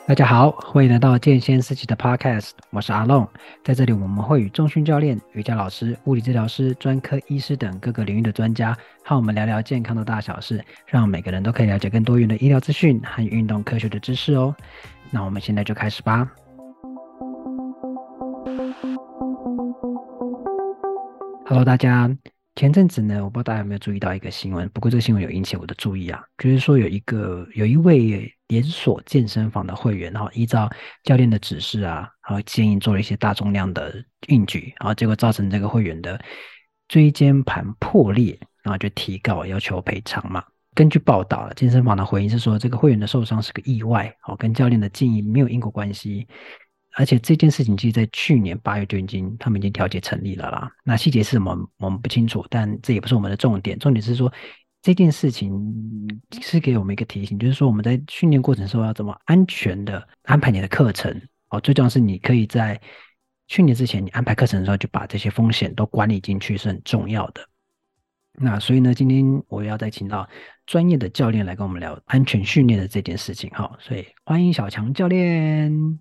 大家好，欢迎来到健先思齐的 Podcast，我是阿龙。在这里，我们会与重训教练、瑜伽老师、物理治疗师、专科医师等各个领域的专家，和我们聊聊健康的大小事，让每个人都可以了解更多元的医疗资讯和运动科学的知识哦。那我们现在就开始吧。Hello，大家。前阵子呢，我不知道大家有没有注意到一个新闻，不过这个新闻有引起我的注意啊，就是说有一位连锁健身房的会员，然后依照教练的指示啊，然后建议做了一些大重量的硬举，然后结果造成这个会员的椎间盘破裂，然后就提告要求赔偿嘛。根据报道健身房的回应是说，这个会员的受伤是个意外，跟教练的建议没有因果关系。而且这件事情其实在去年8月他们已经调解成立了啦。那细节是什么我们不清楚，但这也不是我们的重点。重点是说这件事情是给我们一个提醒，就是说我们在训练过程中要怎么安全的安排你的课程。最重要是你可以在训练之前，你安排课程的时候就把这些风险都管理进去是很重要的。那所以呢，今天我要再请到专业的教练来跟我们聊安全训练的这件事情哈。所以欢迎小强教练。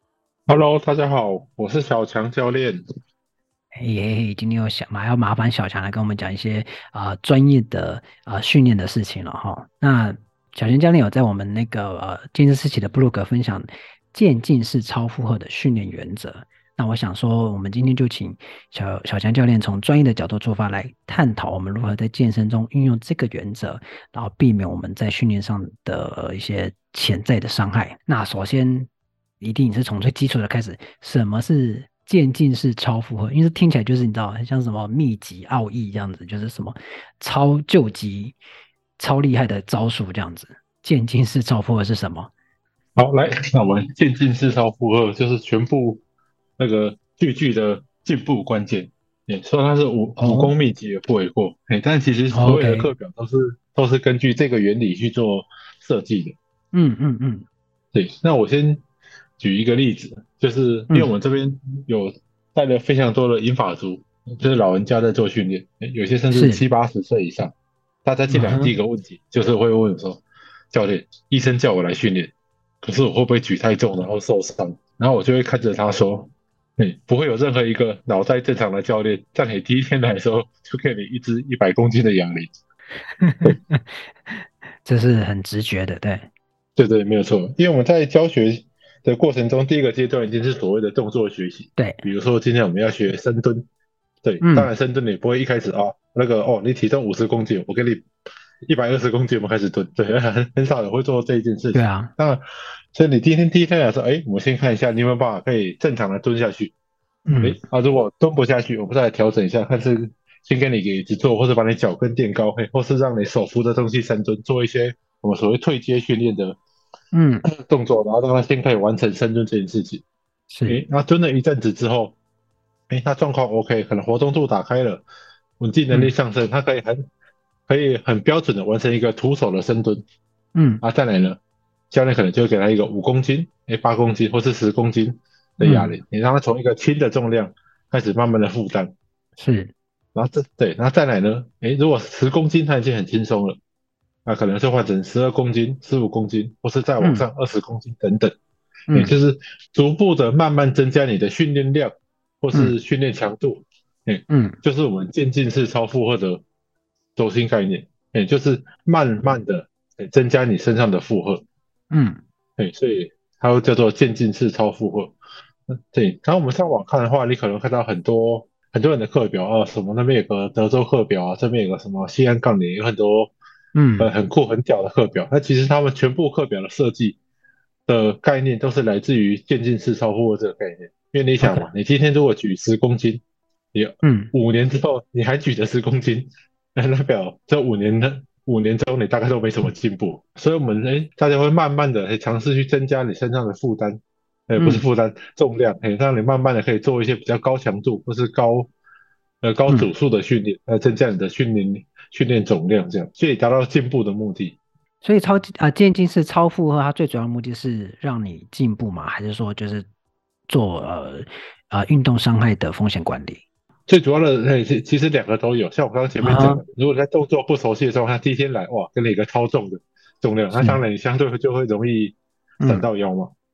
Hello，大家好，我是小强教练。 嘿嘿嘿，今天要麻烦小强来跟我们讲一些专业的训练的事情了哈。那小强教练有在我们那个健身思齐的部落格分享渐进式超负荷的训练原则。那我想说，我们今天就请小强教练从专业的角度出发来探讨我们如何在健身中运用这个原则，然后避免我们在训练上的一些潜在的伤害。那首先一定是从最基础的开始，什么是渐进式超负荷？因为听起来就是你知道，很像什么秘籍奥义这样子，就是什么超救急、超厉害的招数这样子。渐进式超负荷是什么？ 好，来，那我们渐进式超负荷就是全部那个句的进步关键。说它是武功哦秘籍也不为过。但其实所有的 ，OK， 课表都是根据这个原理去做设计的。 嗯嗯嗯对，那我先举一个例子，就是因为我嗯， 们这边有带了非常多的银发族，就是老人家在做训练，有些甚至是， 70、80岁以上。大家进来第一嗯哼， 个问题就是会问说，教练，医生叫我来训练，可是我会不会举太重然后受伤？然后我就会看着他说，不会有任何一个脑袋正常的教练在你第一天来的时候就给你一支100公斤的哑铃。对这是很直觉的，对对对，没有错。因为我们在教学的过程中，第一个阶段一定是所谓的动作学习。 对， 比如说今天我们要学深蹲，对，当嗯， 然深蹲你不会一开始你体重50公斤，我给你120公斤，我们开始蹲，对，很少人会做这一件事情。 对啊， 那所以你第一天来说，我们先看一下你有没有办法可以正常的蹲下去。 嗯如果蹲不下去，我们再来调整一下，看是先给你给直做，或者把你脚跟垫高，或是让你手扶着东西深蹲，做一些我们所谓退阶训练的嗯， 动作，然后让他先可以完成深蹲这件事情。 是， 那蹲了一阵子之后，他状况 OK，可能活动度打开了，稳定能力嗯上升，他可以很标准的完成一个徒手的深蹲。 嗯再来呢，教练可能就会给他一个5公斤、8公斤或是10公斤的哑嗯， 铃，你让他从一个轻的重量开始慢慢的负担。 是， 然后然后再来呢，如果10公斤他已经很轻松了，那可能是换成12公斤、15公斤，或是再往嗯上20公斤等等。就嗯是逐步的慢慢增加你的训练量或嗯是训练强度。 嗯就是我们渐进式超负荷的轴心概念。就是慢慢的增加你身上的负荷。 嗯， 所以它又叫做渐进式超负荷。对，然后我们上网看的话，你可能看到很多很多人的课表啊，什么那边有个德州课表啊，这边有个什么西安杠铃，有很多嗯很酷很屌的课表。那其实他们全部课表的设计的概念都是来自于渐进式超负荷这个概念。因为你想 ，OK， 嘛，你今天如果举十公斤，你嗯 5年之后你还举着十公斤，那代表这5年中你大概都没什么进步。所以我们大家会慢慢的尝试去增加你身上的负担。不是嗯负担，重量，让你慢慢的可以做一些比较高强度或是高嗯， 组数的训练，增加你的训练总量，这样，所以达到进步的目的。 所以渐进式超负荷，它最主要的目的是让你进步吗？还是说就是做运动伤害的风险管理？ 最主要的，其实两个都有。像我刚刚前面讲啊， 的，如果在动作不熟悉的时候，他第一天来，哇，跟你一个超重的重量，那当是， 然你相对就会容易闪嗯到腰嘛。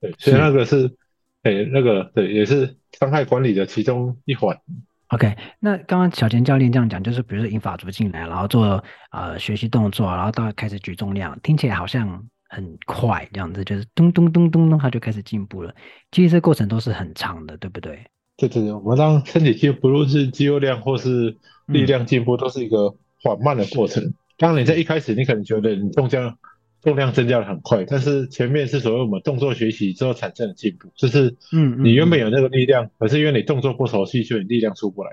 对，所以那是。 个是，那个对，也是伤害管理的其中一环。 OK，那刚刚小钱教练这样讲，就是比如说引法组进来，然后做学习动作，然后到开始举重量，听起来好像很快这样子，就是咚咚咚咚咚，他就开始进步了。其实这过程都是很长的，对不对？ 对对对，我们让身体进步，不论是肌肉量或是力嗯， 量进步，都是一个缓慢的过程。当然你在是， 一开始，你可能觉得你重量增加的很快，但是前面是所谓我们动作学习之后产生的进步，就是嗯嗯嗯你原本有那个力量，可是因为你动作不熟悉，所以你力量出不来。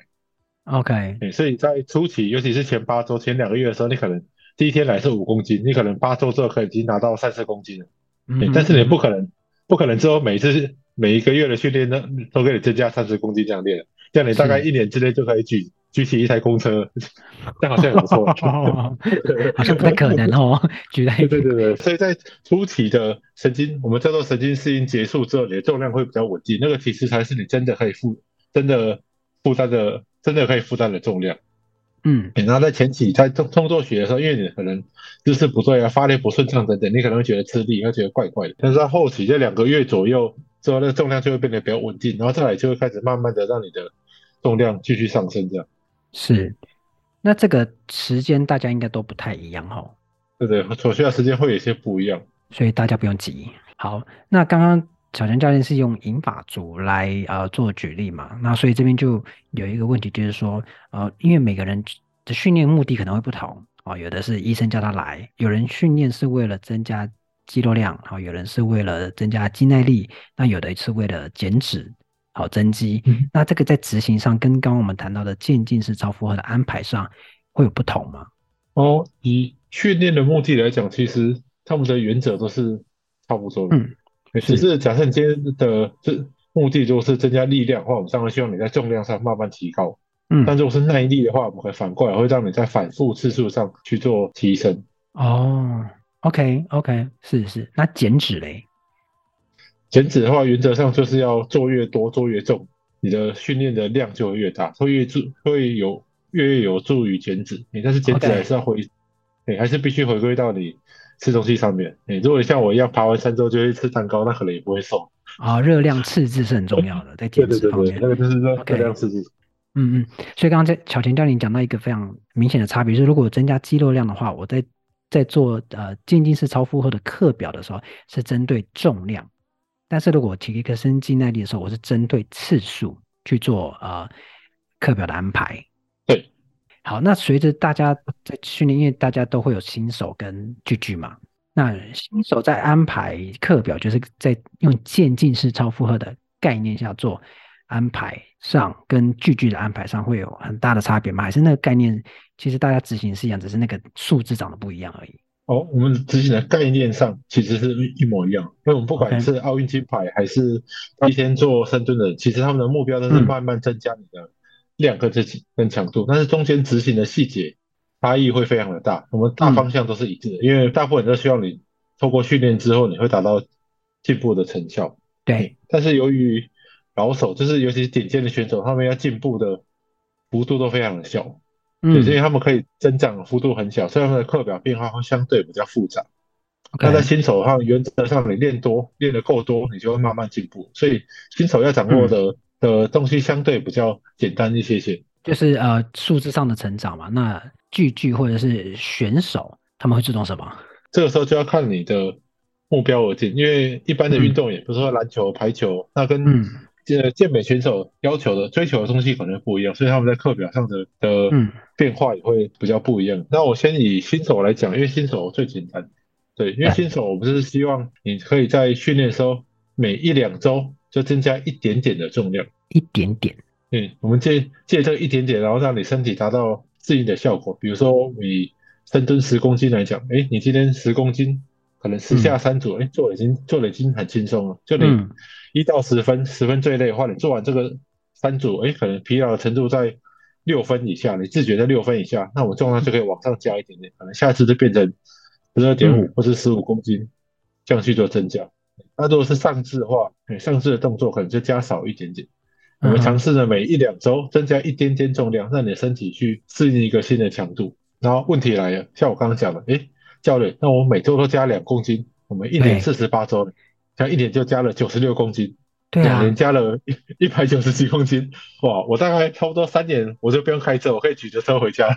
，OK， 所以在初期，尤其是前8周、前2个月的时候，你可能第一天来是5公斤，你可能8周之后可以已经拿到30公斤了。 嗯哼但是嗯哼， 你不可能之后每一个月的训练都给你增加30公斤这样练，这样你大概是， 1年之内就可以举起一台公车，这样好像也不错。 好像不太可能哦，举在对对对对，所以在初期的我们叫做神经适应结束之后，你的重量会比较稳定，那个其实才是你真的真的可以负担的重量。 嗯然后在前期在动作学的时候，因为你可能姿势不对啊、发力不顺畅等等，你可能会觉得吃力，会觉得怪怪的。但是在后期这2个月左右之后，那个重量就会变得比较稳定，然后再来就会开始慢慢的让你的重量继续上升，这样。 是。那这个时间大家应该都不太一样哦。 对对，所需要时间会有一些不一样。 所以大家不用急。好，那刚刚小陈教练是用银发族来做举例嘛？那所以这边就有一个问题，就是说因为每个人的训练目的可能会不同哦，有的是医生叫他来，有人训练是为了增加肌肉量，好，有人是为了增加肌耐力，那有的是为了减脂。好，增肌， 嗯， 那这个在执行上跟刚刚我们谈到的渐进式超负荷的安排上会有不同吗？ 以训练的目的来讲，其实他们的原则都是差不多的。 嗯，是， 只是假设你今天的目的如果是增加力量的话，我们当然希望你在重量上慢慢提高。但嗯， 如果是耐力的话，我们会反过来会让你在反复次数上去做提升。 哦，OK OK，是是，那减脂嘞？ 减脂的话，原则上就是要做越多做越重，你的训练的量就会越大，会越有助于减脂。但是减脂还 OK， 是还是必须回归到你吃东西上面。如果你像我一样爬完山之后就会吃蛋糕，那可能也不会瘦。 热量赤字是很重要的，在对减对对对， 脂方面。 那个就是热量 OK， 刺激。 嗯嗯，所以刚刚在小田教练讲到一个非常明显的差别，就是如果我增加肌肉量的话，我在做渐进式超负荷的课表的时候是针对重量，但是如果我提一个身肌耐力的时候，我是针对次数去做课表的安排。 对， 好，那随着大家在训练，因为大家都会有新手跟巨巨嘛，那新手在安排课表，就是在用渐进式超负荷的概念下做安排上，跟巨巨的安排上会有很大的差别吗？还是那个概念其实大家执行是一样，只是那个数字长得不一样而已我们执行的概念上其实是一模一样，因为我们不管 ？OK， 是奥运金牌还是一天做深蹲的人，其实他们的目标都是嗯慢慢增加你的量跟强度，但是中间执行的细节差异会非常的大。我们大方嗯， 向都是一致的，因为大部分人都希望你透过训练之后，你会达到进步的成效。 对， 但是由于老手，就是尤其是顶尖的选手，他们要进步的幅度都非常的小。对，所以嗯他们可以增长的幅度很小，所以他们的课表变化会相对比较复杂。那在 ，OK， 新手的话，原则上你练得够多，你就会慢慢进步。所以新手要掌握嗯， 的东西相对比较简单一些些。 就是数字上的成长嘛。那巨巨或者是选手他们会注重什么？ 这个时候就要看你的目标而定，因为一般的运嗯动也不是说篮球、排球，那跟嗯健美选手追求的东西可能不一样，所以他们在课表上的嗯变化也会比较不一样。那我先以新手来讲，因为新手最简单。对，因为新手我们是希望你可以在训练的时候每1、2周就增加一点点的重量。 一点点。 我们借这个一点点，然后让你身体达到适应的效果。比如说，以深蹲10公斤来讲，你今天10公斤，可能10下3组，做的已经很轻松了。就你嗯 1到10分，10分最累的话，你做完这个3组，可能疲劳的程度在6分以下，你自觉在6分以下，那我重量就可以往上加一点点，可能下次就变成12.5 嗯或是15公斤，这样去做增加。那如果是上肢的话，上肢的动作可能就加少一点点。我们尝嗯哼， 试着每1、2周增加一点点重量，让你的身体去适应一个新的强度。然后问题来了，像我刚刚讲的，教练，那我每周都加2公斤，我们一年对， 48周， 像1年就加了96公斤， 对啊， 2年加了197公斤，哇！我大概差不多3年我就不用开车，我可以举着车回家了。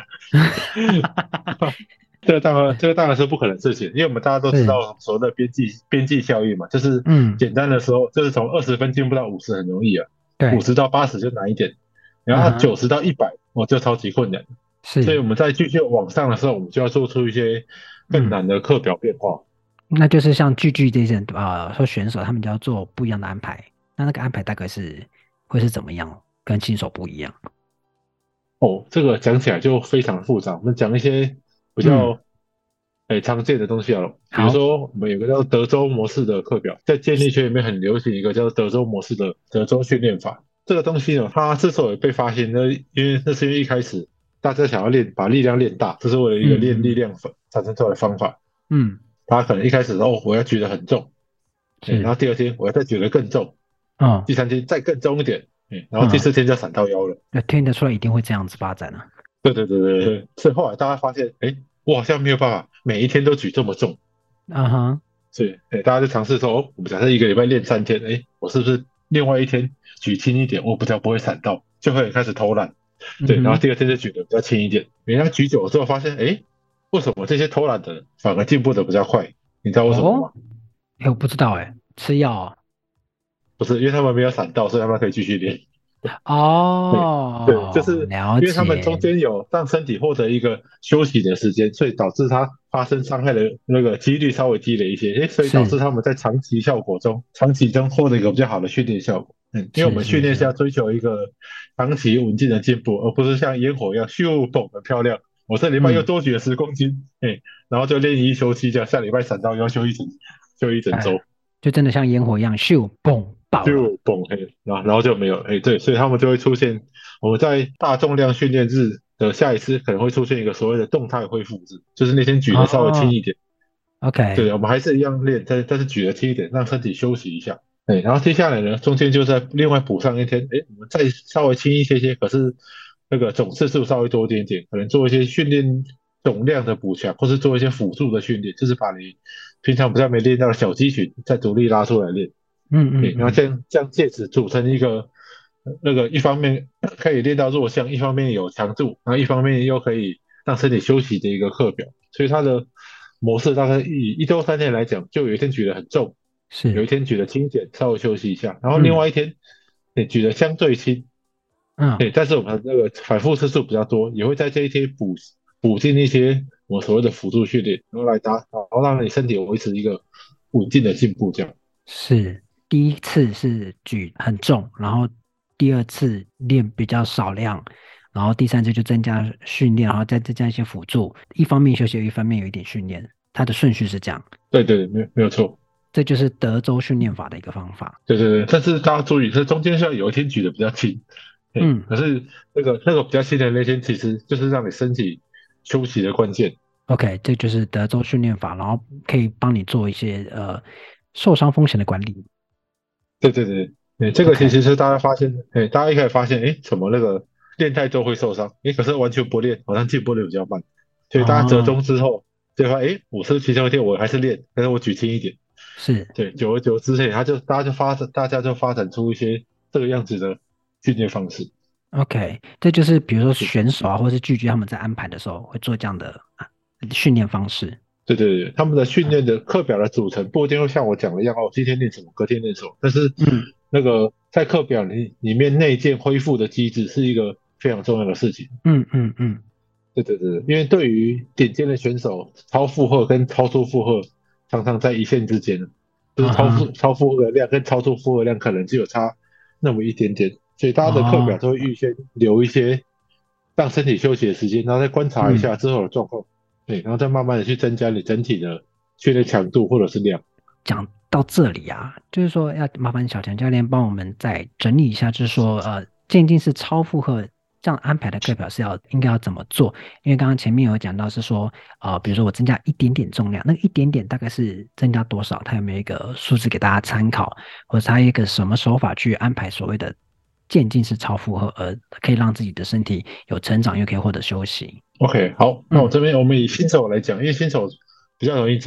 这个当然是不可能事情，因为我们大家都知是， 道所谓的边际效应嘛，就是嗯简单的时候，就是从20分进步到50很容易啊，五对， 十到80就难一点，然后嗯哼， 90到100就超级困难。所以是， 我们在继续往上的时候，我们就要做出一些更嗯。 难的课表变化。 那就是像巨这些说选手他们就要做不一样的安排，那个安排大概会是怎么样，跟新手不一样？ 哦，这个讲起来就非常复杂。我们讲一些比嗯， 较常见的东西好了，比如好， 说我们有个叫德州模式的课表，在健力圈里面很流行一个叫德州模式的德州训练法。这个东西呢，它之所以被发现呢，因为一开始大家想要把力量练大，这是为了一个练力嗯嗯量产生出来的方法。 嗯， 他可能一开始我要举得很重，然是， 后第二天我要再举得更重， 嗯第三天再更重一点，然后第嗯， 四天就闪到腰了。 那听得出来一定会这样子发展啊。 对对对对对，所以后来大家发现，我好像没有办法每一天都举这么重， 嗯哼， 所以大家就尝试说，我们假设一个礼拜练3天，我是不是另外一天举轻一点，我比较不会闪到，就会开始偷懒，对，然后嗯哼， 第二天就举得比较轻一点，人家举久了之后发现，为什么这些偷懒的人反而进步的比较快？你知道为什么哦， 吗？ 我不知道吃药啊？ 不是，因为他们没有闪到，所以他们可以继续练。对对，就哦， 是了因为他们中解， 间有让身体获得一个休息的时间，所以导致它发生伤害的那个几率稍微低了一些，所以导致是他们在长期中获得一个比较好的训练效果。因为我们训练是是是是， 要追求一个长期稳定的进步，而不是像烟火一样咻蹦很漂亮。我这礼拜又嗯， 多举了10公斤，然后就练1休7，这样下礼拜闪到腰休一整哎， 周。 就真的像烟火一样，咻嘣爆了。 就崩然后就没有对，所以他们就会出现我们在大重量训练日的下一次可能会出现一个所谓的动态恢复日，就是那天举的稍微轻哦一点，对， ，OK， 我们还是一样练，但是举的轻一点，让身体休息一下，然后接下来呢，中间就再另外补上一天，我们再稍微轻一些，可是那个总次数稍微多一点点，可能做一些训练总量的补强，或是做一些辅助的训练，就是把你平常比较没练到的小肌群再独立拉出来练。 嗯嗯然后嗯， 这样借此组成一个那个一方面可以练到弱项，一方面有强度，然后一方面又可以让身体休息的一个课表。所以它的模式大概以1周3天来讲，就有一天举得很重，有是， 一天举得轻一点，稍微休息一下，然后另嗯外一天你举得相对轻， 嗯， 但是我们那个反复次数比较多，也会在这一天补进一些我所谓的辅助训练，然后让你身体维持一个稳定的进步，这样。 是。第一次是举很重，然后第二次练比较少量，然后第三次就增加训练，然后再增加一些辅助，一方面休息，一方面有一点训练。它的顺序是这样， 对对，没有错。 这就是德州训练法的一个方法。 对对对，但是大家注意，这中间是要有一天举的比较轻， 嗯可是那个比较轻的那天，其实就是让你身体休息的关键。 ，OK，这就是德州训练法，然后可以帮你做一些受伤风险的管理。 对对对，这个其 OK， 实是大家发现，大家一开始发现，怎么那个练太多会受伤，可是完全不练，好像进步的比较慢，所以大家折哦， 中之后，就发现，我是其中一天我还是练，但是我举轻一点， 是。 对，久而久之，大家就发展出一些这个样子的训练方式。 OK，这就是比如说选手啊，或者是巨巨他们在安排的时候会做这样的训练方式。 对对对，他们的训练的课表的组成不一定会像我讲的一样，今天练什么，隔天练什么，但是嗯那个在课表里面内建恢复的机制是一个非常重要的事情。 嗯嗯嗯， 对对对，因为对于顶尖的选手，超负荷跟超出负荷常常在一线之间，就是超负啊哈， 超负荷量跟超出负荷量可能只有差那么一点点，所以大家的课表哦， 都会预先留一些让身体休息的时间，然后再观察一嗯， 下之后的状况，然后再慢慢的去增加你整体的训练强度或者是量。 讲到这里啊，就是说要麻烦小强教练帮我们再整理一下，就是说渐进式超负荷这样安排的课表应该要怎么做？因为刚刚前面有讲到是说比如说我增加一点点重量，那一点点大概是增加多少？它有没有一个数字给大家参考，或者它有一个什么手法去安排所谓的渐进式超负荷，而可以让自己的身体有成长，又可以获得休息？ OK，好，那嗯我们以新手来讲，因为新手比较容易讲，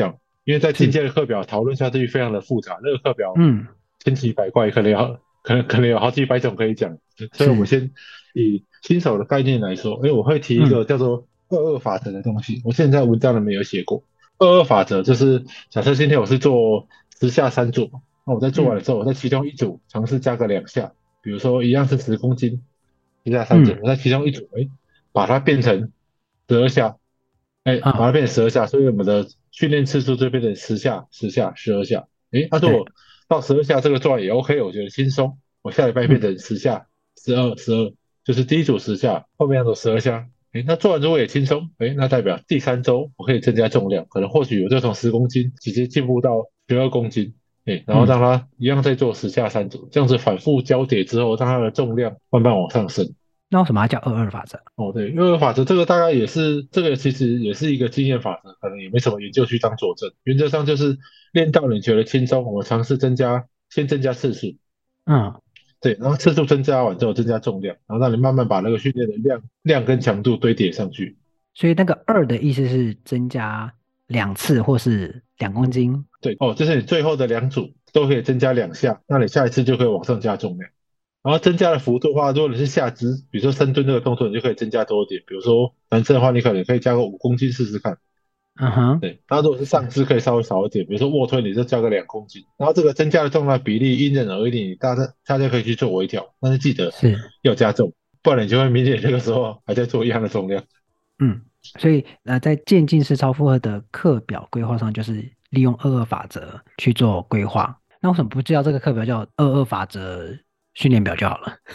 因为在进是， 阶的课表讨论下去非常的复杂，那个课表嗯， 千奇百怪，可能有好几百种可以讲，所以我们是， 先以新手的概念来说，因为我会提一嗯个叫做二二法则的东西，我现在文章里面有写过。二二法则就是假设今天我是做10下3组，那我在做完嗯了之后，我在其中一组尝试加个2下，比如说一样是10公斤，10下3组， 嗯我在其中一组，把它变成12下，把它啊， 变成12下，所以我们的训练次数就变成10下、10下、12下。那如对， 果到12下这个做完也 OK，我觉得轻松。我下礼拜变嗯成10下、12、12，就是第一组10下，后面那组12下。那做完之后也轻松，那代表第3周我可以增加重量，可能或许我就从10公斤直接进步到12公斤，然后嗯， 让它一样再做10下3组，这样子反复交叠之后，让它的重量慢慢往上升。 那为什么要叫二二法则？ 哦，对，二二法则这个大概也是，这个其实也是一个经验法则，可能也没什么研究去当佐证。原则上就是练到你觉得轻松，我们尝试增加，先增加次数， 嗯， 对，然后次数增加完之后增加重量，然后让你慢慢把那个训练的量跟强度堆叠上去。 所以那个二的意思是增加2次或是2公斤。 对，哦，就是你最后的2组都可以增加2下，那你下一次就可以往上加重量。然后增加的幅度的话，如果你是下肢，比如说深蹲这个动作，你就可以增加多一点。比如说男生的话，你可能可以加个5公斤试试看。 嗯哼， 对，那如果是上是肢可以稍微少一点，比如说卧推，你就加个2公斤，然后这个增加的重量比例因人而异，大家可以去做微调，但是记得是， 要加重，不然你就会明显这个时候还在做一样的重量。 嗯，所以在渐进式超负荷的课表规划上，就是利用二二法则去做规划。那为什么不叫这个课表叫二二法则训练表就好了？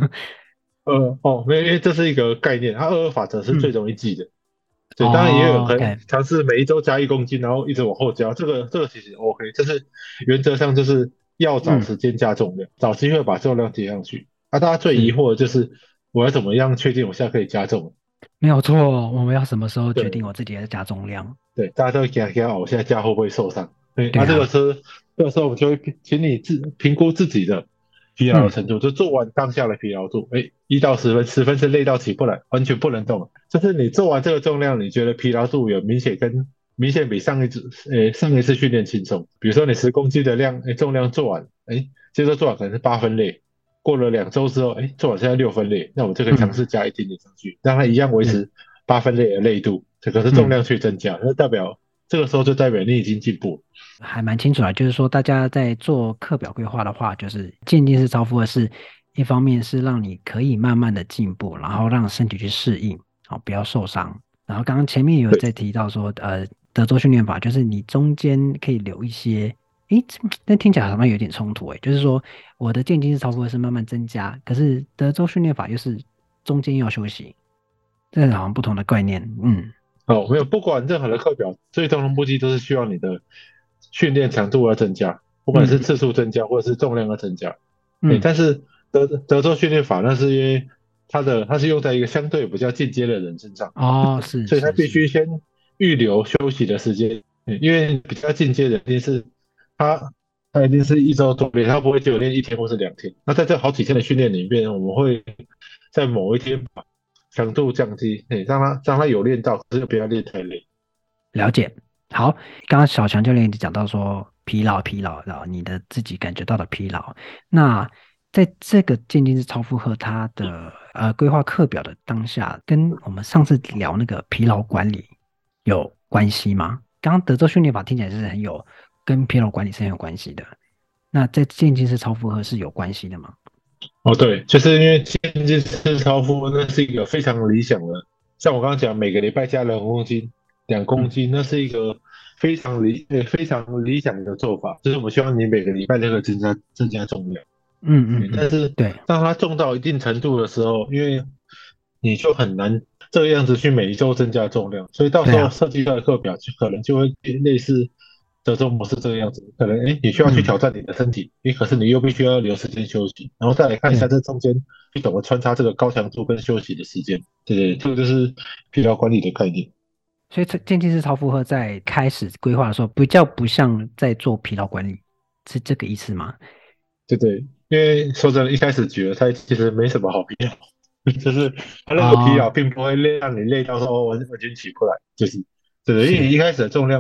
因为这是一个概念，它二二法则是最嗯， 容易记的。对，当然也有人哦可能 ，OK， 尝试每一周加1公斤，然后一直往后加，这个其实 OK，就是原则上就是要找嗯， 时间加重量，找机会把重量提上去。大家最疑是惑的就是我要怎么样确定我现在可以加重？ 没有错。我们要什么时候决定对我自己的加重量？ 对，大家都会给他我现在加会不会受伤？对， 对啊， 这个时候我们就会请你评估自己的疲劳的嗯， 程度，就做完当下的疲劳度，1到10分，10分是累到起不来，完全不能动了。就是你做完这个重量，你觉得疲劳度有明显比上一次训练轻松。比如说你10公斤的重量做完，接着做完可能是8分累，过了2周之后，做完现在6分累，那我们就可以尝嗯， 试加一点点上去，让它一样维是， 持8分累的累度，这个是重嗯。 量去增加，这个时候就代表你已经进步。 还蛮清楚的，就是说大家在做课表规划的话，就是渐进式超负荷是一方面是让你可以慢慢的进步，然后让身体去适应，好，不要受伤。然后刚刚前面有对， 在提到说，德州训练法就是你中间可以留一些，但听起来好像有点冲突，就是说我的渐进式超负荷是慢慢增加，可是德州训练法又是中间要休息，这好像不同的概念，嗯哦，没有，不管任何的课表，最终的目的都是需要你的训练强度要增加，不管是嗯次数增加或者是重量要增加。 嗯， 但是德州训练法那是因为它是用在一个相对比较进阶的人身上， 哦，是所以它是是， 必须先预留休息的时间。因为比较进阶的一定是他他一定是一周多练，他不会只有练1天或是2天。那在这好几天的训练里面，我们会在某一天把强度降低，让他有练到，可是不要练太累。 了解。好，刚刚小强教练一直讲到说疲劳，然后你的自己感觉到的疲劳。那在这个渐进式超负荷它的规划课表的当下，跟我们上次聊那个疲劳管理有关系吗？刚刚德州训练法听起来是跟疲劳管理是很有关系的。那在渐进式超负荷是有关系的吗？ 哦，对，就是因为渐进式超负荷那是一个非常理想的，像我刚刚讲，每个礼拜加2公斤、两公嗯斤，那是一个非常理想的做法，就是我们希望你每个礼拜都可以增加重量。但是对当它重到一定程度的时候，因为你就很难这个样子去每一周增加重量，所以到时候对啊， 设计出来的课表可能就会类似德州模式这个样子。可能你需要去嗯挑战你的身体，可是你又必须要留时间休息，然后再来看一下对。 这中间去怎么穿插这个高强度跟休息的时间。对对，这个就是疲劳管理的概念。 所以这渐进式超负荷在开始规划的时候，比较不像在做疲劳管理，是这个意思吗？ 对对，因为说真的，一开始觉得它其实没什么好疲劳，就是它那个疲劳哦， 并不会让你累到说完全起不来，就是对对，因为是， 你一开始的重量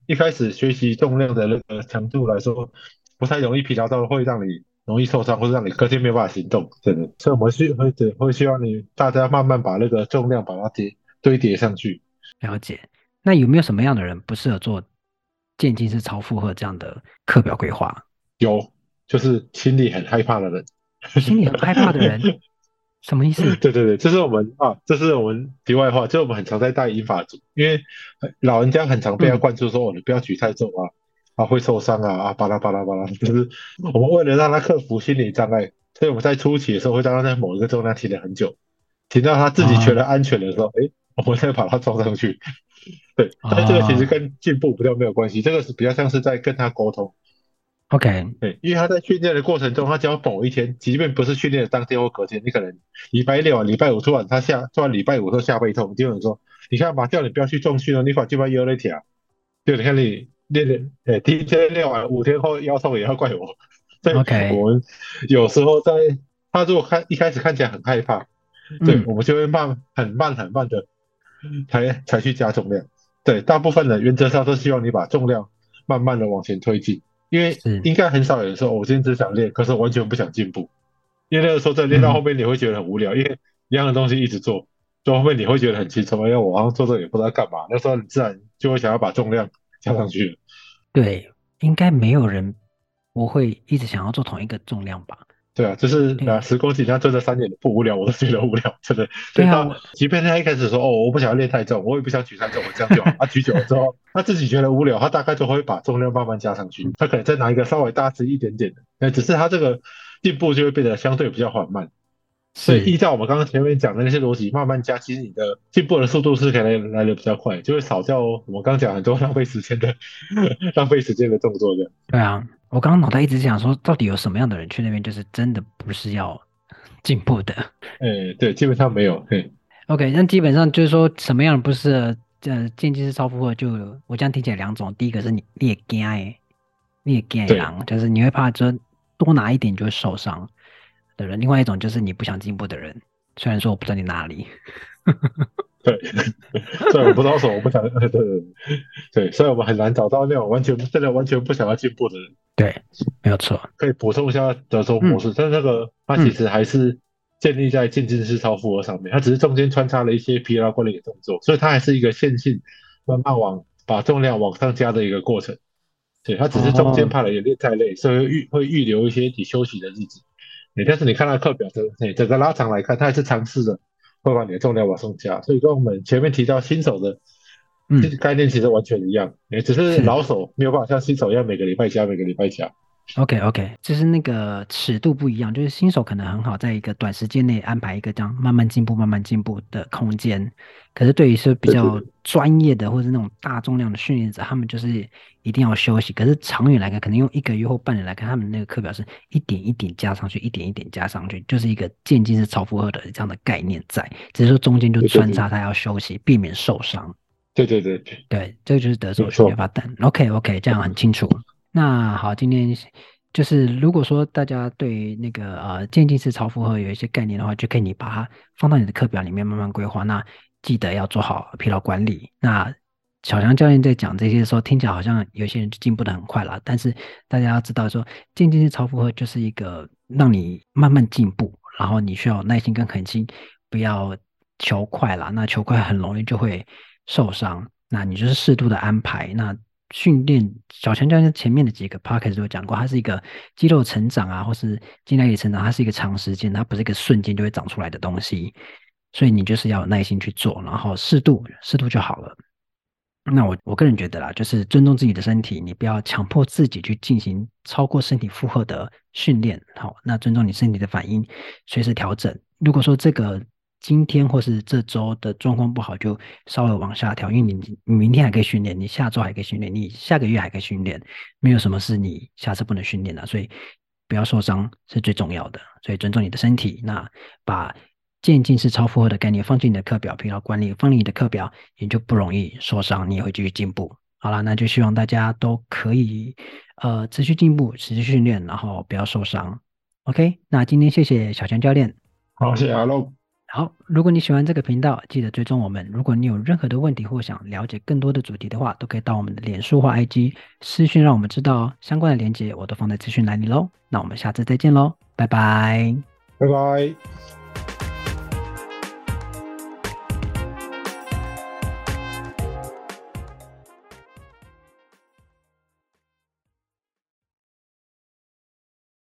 一开始学习重量的那个强度来说，不太容易疲劳到会让你容易受伤，或者让你隔天没有办法行动，真的。所以我们会希望你大家慢慢把那个重量把它堆叠上去。 了解。那有没有什么样的人不适合做渐进式超负荷这样的课表规划？ 有，就是心里很害怕的人。 心里很害怕的人，什么意思？ 对对对，这是我们题外话，就是我们很常在带英法组，因为老人家很常被他嗯， 灌输说，哦，你不要举太重会受伤巴拉巴拉巴拉，就是我们为了让他克服心理障碍，所以我们在初期的时候会让他在某一个重量停了很久，停到他自己觉哦得安全的时候，哎，我们再把他装上去。对，但是这个其实哦跟进步比较没有关系，这个是比较像是在跟他沟通。 ，OK， 对，因为他在训练的过程中，他只要某一天，即便不是训练的当天或隔天，你可能礼拜六礼拜五突然礼拜五说下背痛，就有人说，你看嘛，叫你不要去重训了，你反就把腰那条，就你看你练，第一天练完5天后腰痛也要怪我，所以 OK， 我们有时候他如果一开始看起来很害怕，对， 嗯， 我们就会很慢的才去加重量。对，大部分的原则上都希望你把重量慢慢的往前推进，因为是， 应该很少有人说，我今天只想练，可是我完全不想进步。因为那个时候练到后嗯， 面你会觉得很无聊，因为一样的东西一直做，做后面你会觉得很轻松，因为我好像做这个也不知道干嘛。那时候你自然就会想要把重量加上去了。 对，应该没有人不会一直想要做同一个重量吧？ 对啊，就是对， 10公斤，他蹲着3点不无聊，我都觉得无聊，真的。所对啊， 以即便他一开始说我不想要练太重，我也不想举太重，我这样就好。他举久了之后，他自己觉得无聊，他大概就会把重量慢慢加上去。他可能再拿一个稍微大只一点点的，只是他这个进步就会变得相对比较缓慢。所以是， 依照我们刚刚前面讲的那些逻辑，慢慢加，其实你的进步的速度是可能来的比较快，就会少掉我们刚讲很多浪费时间的浪费时间的动作的。 对啊，我刚刚脑袋一直想说，到底有什么样的人去那边，就是真的不是要进步的。 对，基本上没有。 OK，那基本上就是说，什么样的不适合渐进式超负荷，就我这样听起来两种，第一个是你也惊诶，你也惊对狼，就是你会怕说多拿一点就会受伤的人；另外一种就是你不想进步的人，虽然说我不知道你哪里。 对，所以我不知道为什么我不想，对，所以我们很难找到那种真的完全不想要进步的人。 对，没有错。 可以补充一下德州模嗯式，但是那个它其嗯， 实还是建立在渐进式超负荷上面，它只是中间穿插了一些疲劳管理的动作，所以它还是一个线性慢慢把重量往上加的一个过程。对，它只是中间哦， 怕了有点太累，所以会预留一些你休息的日子。但是你看它课表整个拉长来看，它还是尝试着会把你的重量往上加，所以跟我们前面提到新手的这嗯， 个概念其实完全一样，只是是。 老手没有办法像新手一样每个礼拜加，每个礼拜加。 OK OK，就是那个尺度不一样，就是新手可能很好在一个短时间内安排一个这样慢慢进步、慢慢进步的空间，可是对于是比较对对对专业的或者那种大重量的训练者，他们就是一定要休息。可是长远来看，可能用1个月或半年来看，他们那个课表是一点一点加上去，一点一点加上去，就是一个渐进式超负荷的这样的概念在，只是说中间就对对对穿插他要休息，避免受伤。 对对对对， 对，这个就是德州训练没错。 法。但 OK OK，这样很清楚。那好，今天就是如果说大家对于那个渐进式超负荷有一些概念的话，就可以你把它放到你的课表里面慢慢规划。那记得要做好疲劳管理。那小强教练在讲这些的时候，听起来好像有些人就进步的很快了，但是大家要知道说，渐进式超负荷就是一个让你慢慢进步，然后你需要有耐心跟恒心，不要求快啦。那求快很容易就会受伤。那你就是适度的安排。那训练小强教练前面的几个 p o d c a s t 都有讲过，它是一个肌肉成长啊，或是肌耐力成长，它是一个长时间，它不是一个瞬间就会长出来的东西。所以你就是要有耐心去做，然后适度就好了。那我个人觉得啦，就是尊重自己的身体，你不要强迫自己去进行超过身体负荷的训练。好，那尊重你身体的反应，随时调整。如果说这个今天或是这周的状况不好，就稍微往下调，因为你明天还可以训练，你下周还可以训练，你下个月还可以训练，没有什么是你下次不能训练的，所以不要受伤是最重要的。所以尊重你的身体，那把渐进式超负荷的概念放进你的课表，疲劳管理放进你的课表，你就不容易受伤，你也会继续进步。好了，那就希望大家都可以持续进步，持续训练，然后不要受伤。OK，那今天谢谢小强教练。 好，谢谢阿龙。 好，如果你喜欢这个频道，记得追踪我们。如果你有任何的问题或想了解更多的主题的话，都可以到我们的脸书或 IG 私讯让我们知道哦。相关的连接我都放在资讯栏里喽。那我们下次再见喽，拜拜。 拜拜。